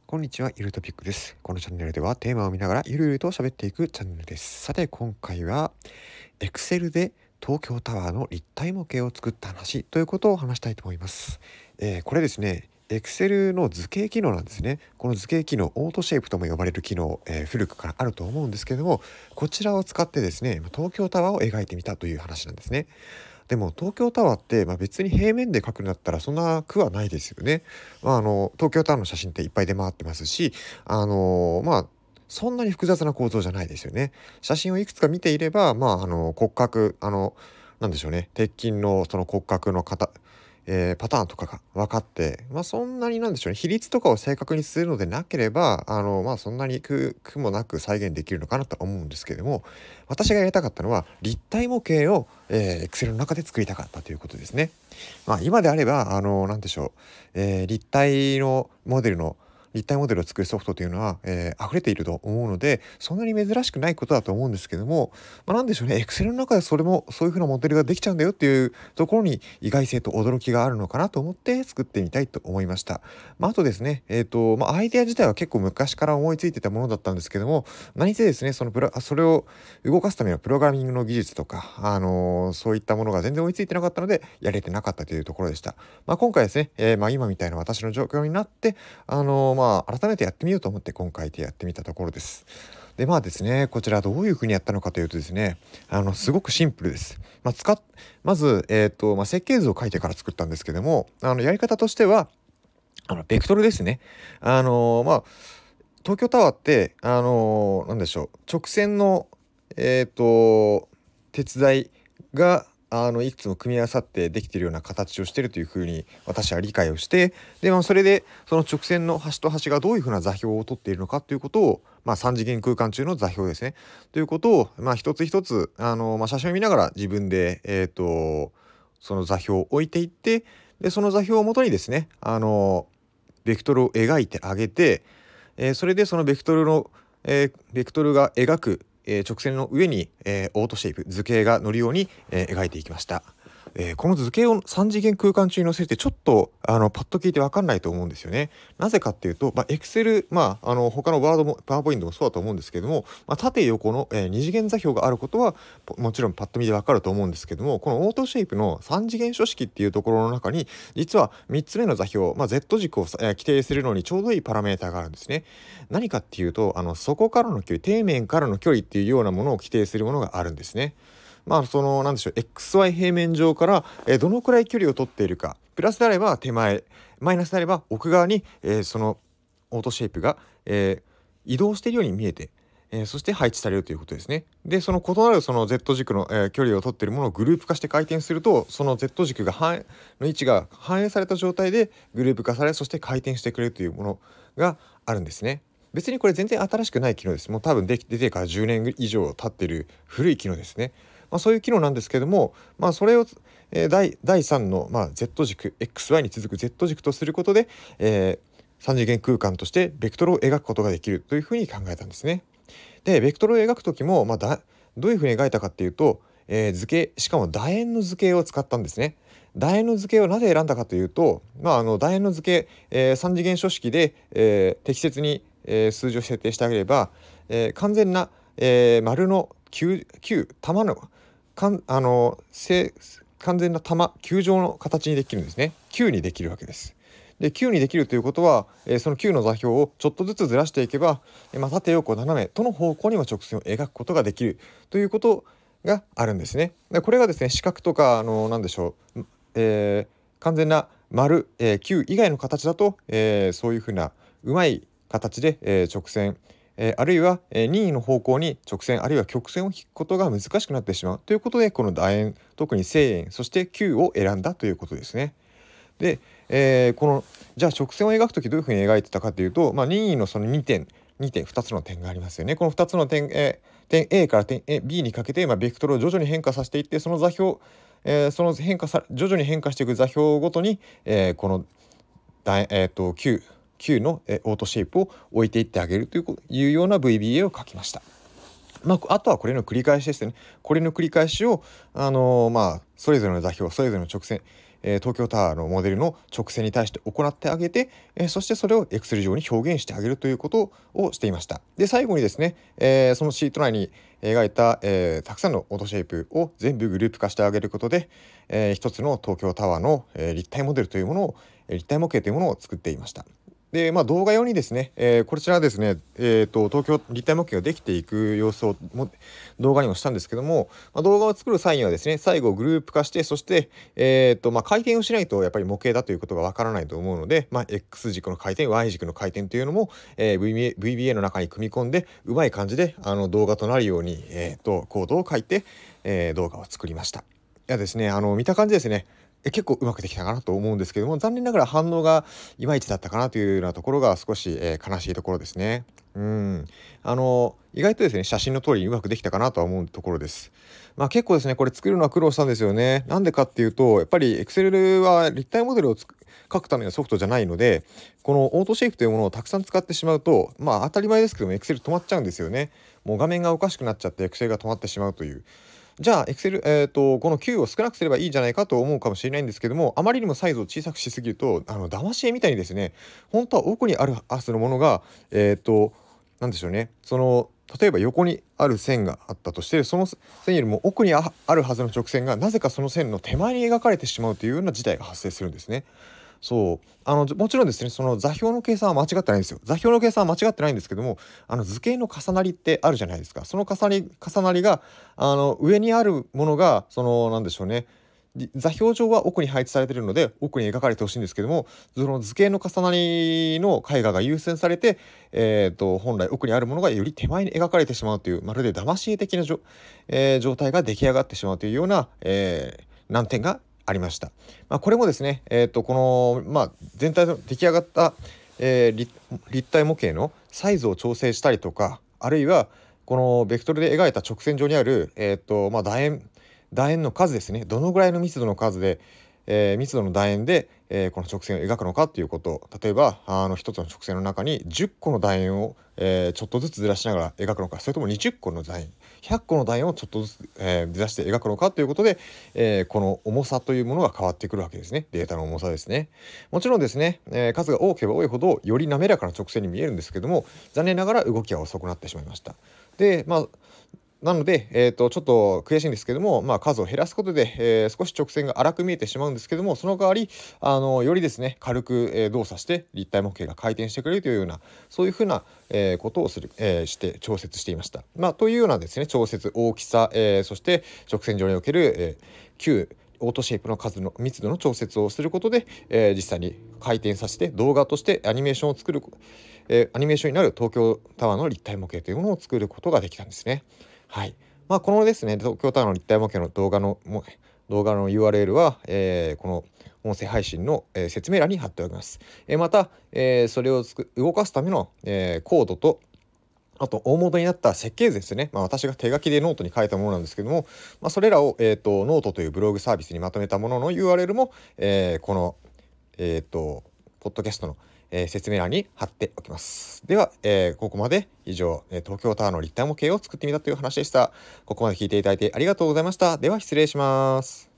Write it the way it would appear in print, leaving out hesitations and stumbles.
こんにちは、ゆるトピックです。このチャンネルではテーマを見ながらゆるゆると喋っていくチャンネルです。さて、今回は Excel で東京タワーの立体模型を作った話ということを話したいと思います。これですね、Excel の図形機能なんですね。この図形機能、オートシェイプとも呼ばれる機能、古くからあると思うんですけども、こちらを使ってですね、東京タワーを描いてみたという話なんですね。でも東京タワーって、別に平面で描くんだったらそんな苦はないですよね。東京タワーの写真っていっぱい出回ってますし、そんなに複雑な構造じゃないですよね。写真をいくつか見ていれば、骨格、なんでしょうね、鉄筋のその骨格のパターンとかが分かって、そんなになんでしょうね、比率とかを正確にするのでなければ、そんなに苦もなく再現できるのかなと思うんですけれども、私がやりたかったのは立体模型を、Excel の中で作りたかったということですね。今であれば、なんでしょう、立体モデルを作るソフトというのは、溢れていると思うので、そんなに珍しくないことだと思うんですけども、なんでしょうね、Excel の中でそれもそういう風なモデルができちゃうんだよっていうところに意外性と驚きがあるのかなと思って作ってみたいと思いました。あとですね、アイデア自体は結構昔から思いついてたものだったんですけども、何せですね、それを動かすためのプログラミングの技術とか、そういったものが全然追いついてなかったので、やれてなかったというところでした。今回ですね、今みたいな私の状況になって、改めてやってみようと思って今回やってみたところです。で、ですね、こちらどういう風にやったのかというとですね、すごくシンプルです。まず、設計図を書いてから作ったんですけども、やり方としては、ベクトルですね。東京タワーって、なんでしょう、直線の、鉄材が、いくつも組み合わさってできているような形をしているというふうに私は理解をして、で、それで、その直線の端と端がどういうふうな座標をとっているのかということを、3次元空間中の座標ですね。ということを、一つ一つ、写真を見ながら自分で、その座標を置いていって、で、その座標をもとにですね、ベクトルを描いてあげて、それでそのベクトルが描く、直線の上に、オートシェイプ、図形が乗るように、描いていきました。この図形を3次元空間中に乗せてちょっとパッと聞いて分かんないと思うんですよね。なぜかっていうと、Excel、他のワードもパワーポイントもそうだと思うんですけども、縦横の、2次元座標があることはもちろんパッと見で分かると思うんですけども、このオートシェイプの3次元書式っていうところの中に実は3つ目の座標、Z 軸を規定するのにちょうどいいパラメータがあるんですね。何かっていうと、そこからの距離、底面からの距離っていうようなものを規定するものがあるんですね。なんでしょう、XY 平面上から、どのくらい距離を取っているか、プラスであれば手前、マイナスであれば奥側に、そのオートシェイプが、移動しているように見えて、そして配置されるということですね。で、その異なるその Z 軸の、距離を取っているものをグループ化して回転すると、その Z 軸の位置が反映された状態でグループ化され、そして回転してくれるというものがあるんですね。別にこれ全然新しくない機能です。もう多分出てから10年以上経っている古い機能ですね。そういう機能なんですけども、それを、第3の、Z 軸 XY に続く Z 軸とすることで、3次元空間としてベクトルを描くことができるというふうに考えたんですね。で、ベクトルを描く時も、どういうふうに描いたかっていうと、しかも楕円の図形を使ったんですね。楕円の図形をなぜ選んだかというと、楕円の図形、3次元書式で、適切に、数字を設定してあげれば、完全な、丸の玉のかんあの正完全な球状の形にできるんですね。球にできるわけです。で、球にできるということは、その球の座標をちょっとずつずらしていけば、縦横斜めどの方向にも直線を描くことができるということがあるんですね。で、これがですね、四角とかなんでしょう、完全な丸、球以外の形だと、そういうふうなうまい形で、直線、あるいは、任意の方向に直線あるいは曲線を引くことが難しくなってしまうということで、この楕円、特に正円、そして球を選んだということですね。で、じゃあ直線を描くときどういうふうに描いてたかというと、任意のその2つの点がありますよね。この2つの点、点 A から点 B にかけて、ベクトルを徐々に変化させていって、その座標、徐々に変化していく座標ごとに、このだいえーと、Q の、オートシェイプを置いていってあげるというような VBA を書きました。あとはこれの繰り返しですね。これの繰り返しを、それぞれの座標、それぞれの直線、 東京タワーのモデルの直線に対して行ってあげて、そしてそれを Excel 上に表現してあげるということをしていました。で、最後にですね、そのシート内に描いた、たくさんのオートシェイプを全部グループ化してあげることで、一つの東京タワーの、立体モデルというものを、立体模型というものを作っていました。で、動画用にですね、こちらですね、東京立体模型ができていく様子を動画にもしたんですけども、動画を作る際にはですね、最後グループ化して、そして、回転をしないとやっぱり模型だということがわからないと思うので、X 軸の回転、Y 軸の回転というのも、VBA の中に組み込んで、うまい感じで動画となるように、コードを書いて、動画を作りました。いやですね、見た感じですね、結構うまくできたかなと思うんですけども、残念ながら反応がいまいちだったかなというようなところが少し、悲しいところですね。うん。意外とですね、写真の通りにうまくできたかなとは思うところです。結構ですね、これ作るのは苦労したんですよね。なんでかっていうと、やっぱり Excel は立体モデルを書くためのソフトじゃないので、このオートシェイプというものをたくさん使ってしまうと、当たり前ですけども Excel 止まっちゃうんですよね。もう画面がおかしくなっちゃって Excel が止まってしまうという。じゃあ Excel、この Q を少なくすればいいじゃないかと思うかもしれないんですけども、あまりにもサイズを小さくしすぎると、騙し絵みたいにですね、本当は奥にあるはずのものが、なんでしょうね、例えば横にある線があったとして、その線よりも奥にあるはずの直線がなぜかその線の手前に描かれてしまうというような事態が発生するんですね。そう。もちろんですね、その座標の計算は間違ってないんですよ。座標の計算は間違ってないんですけども、図形の重なりってあるじゃないですか。その重なりが、上にあるものが、なんでしょうね、座標上は奥に配置されているので、奥に描かれてほしいんですけども、その図形の重なりの絵画が優先されて、本来奥にあるものがより手前に描かれてしまうという、まるで騙し絵的な状態が出来上がってしまうというような、難点がありました。これもですね、全体の出来上がった、立体模型のサイズを調整したりとか、あるいはこのベクトルで描いた直線上にある、楕円の数ですね、どのぐらいの密度の数で、密度の楕円で、この直線を描くのかということを、例えば一つの直線の中に10個の楕円を、ちょっとずつずらしながら描くのか、それとも20個の楕円、100個の楕円をちょっとずつ、ずらして描くのかということで、この重さというものが変わってくるわけですね。データの重さですね。もちろんですね、数が多ければ多いほどより滑らかな直線に見えるんですけども、残念ながら動きが遅くなってしまいました。で、なので、ちょっと悔しいんですけども、数を減らすことで、少し直線が粗く見えてしまうんですけども、その代わり、よりですね、軽く、動作して立体模型が回転してくれるというような、そういうふうな、ことをして調節していました。というようなですね、調節、大きさ、そして直線上における、旧オートシェイプの数の密度の調節をすることで、実際に回転させて動画としてアニメーションを作る、アニメーションになる東京タワーの立体模型というものを作ることができたんですね。はい。このですね、東京タワーの立体模型の動画の URL は、この音声配信の、説明欄に貼っておきます。また、それを動かすための、コードと、あと大元になった設計図ですね。私が手書きでノートに書いたものなんですけども、それらを、ノートというブログサービスにまとめたものの URL も、この、ポッドキャストの、説明欄に貼っておきます。では、ここまで以上、東京タワーの立体模型を作ってみたという話でした。ここまで聞いていただいてありがとうございました。では失礼します。